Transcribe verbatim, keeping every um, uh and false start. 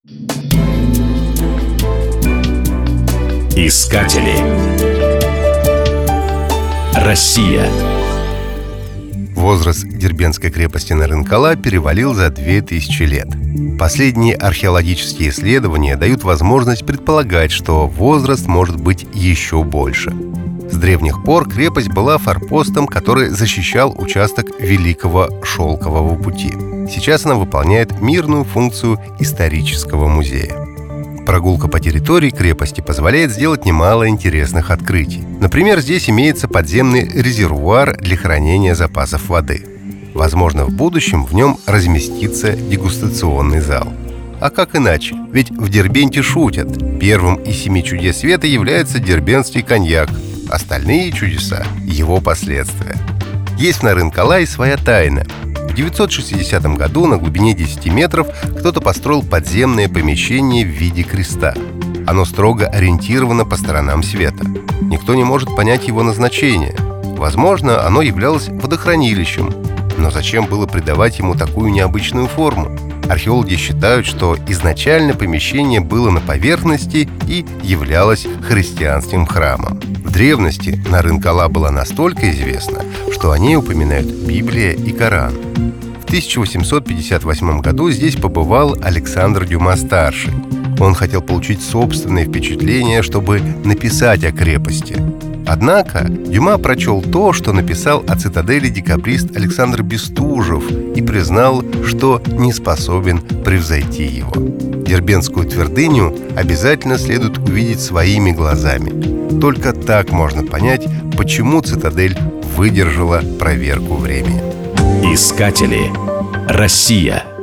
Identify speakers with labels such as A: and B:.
A: Искатели. Россия.
B: Возраст Дербентской крепости Нарынкала перевалил за две тысячи лет. Последние археологические исследования дают возможность предполагать, что возраст может быть еще больше. С древних пор крепость была форпостом, который защищал участок Великого Шелкового пути. Сейчас она выполняет мирную функцию исторического музея. Прогулка по территории крепости позволяет сделать немало интересных открытий. Например, здесь имеется подземный резервуар для хранения запасов воды. Возможно, в будущем в нем разместится дегустационный зал. А как иначе? Ведь в Дербенте шутят. Первым из семи чудес света является дербентский коньяк. Остальные чудеса – его последствия. Есть в Нарынкала и своя тайна. В девятьсот шестидесятом году на глубине десяти метров кто-то построил подземное помещение в виде креста. Оно строго ориентировано по сторонам света. Никто не может понять его назначение. Возможно, оно являлось водохранилищем. Но зачем было придавать ему такую необычную форму? Археологи считают, что изначально помещение было на поверхности и являлось христианским храмом. В древности Нарынкала была настолько известна, что о ней упоминают Библия и Коран. В тысяча восемьсот пятьдесят восьмом году здесь побывал Александр Дюма-старший. Он хотел получить собственные впечатления, чтобы написать о крепости. Однако Дюма прочел то, что написал о цитадели декабрист Александр Бестужев, и признал, что не способен превзойти его. Дербентскую твердыню обязательно следует увидеть своими глазами. Только так можно понять, почему цитадель выдержала проверку времени.
A: Искатели. Россия.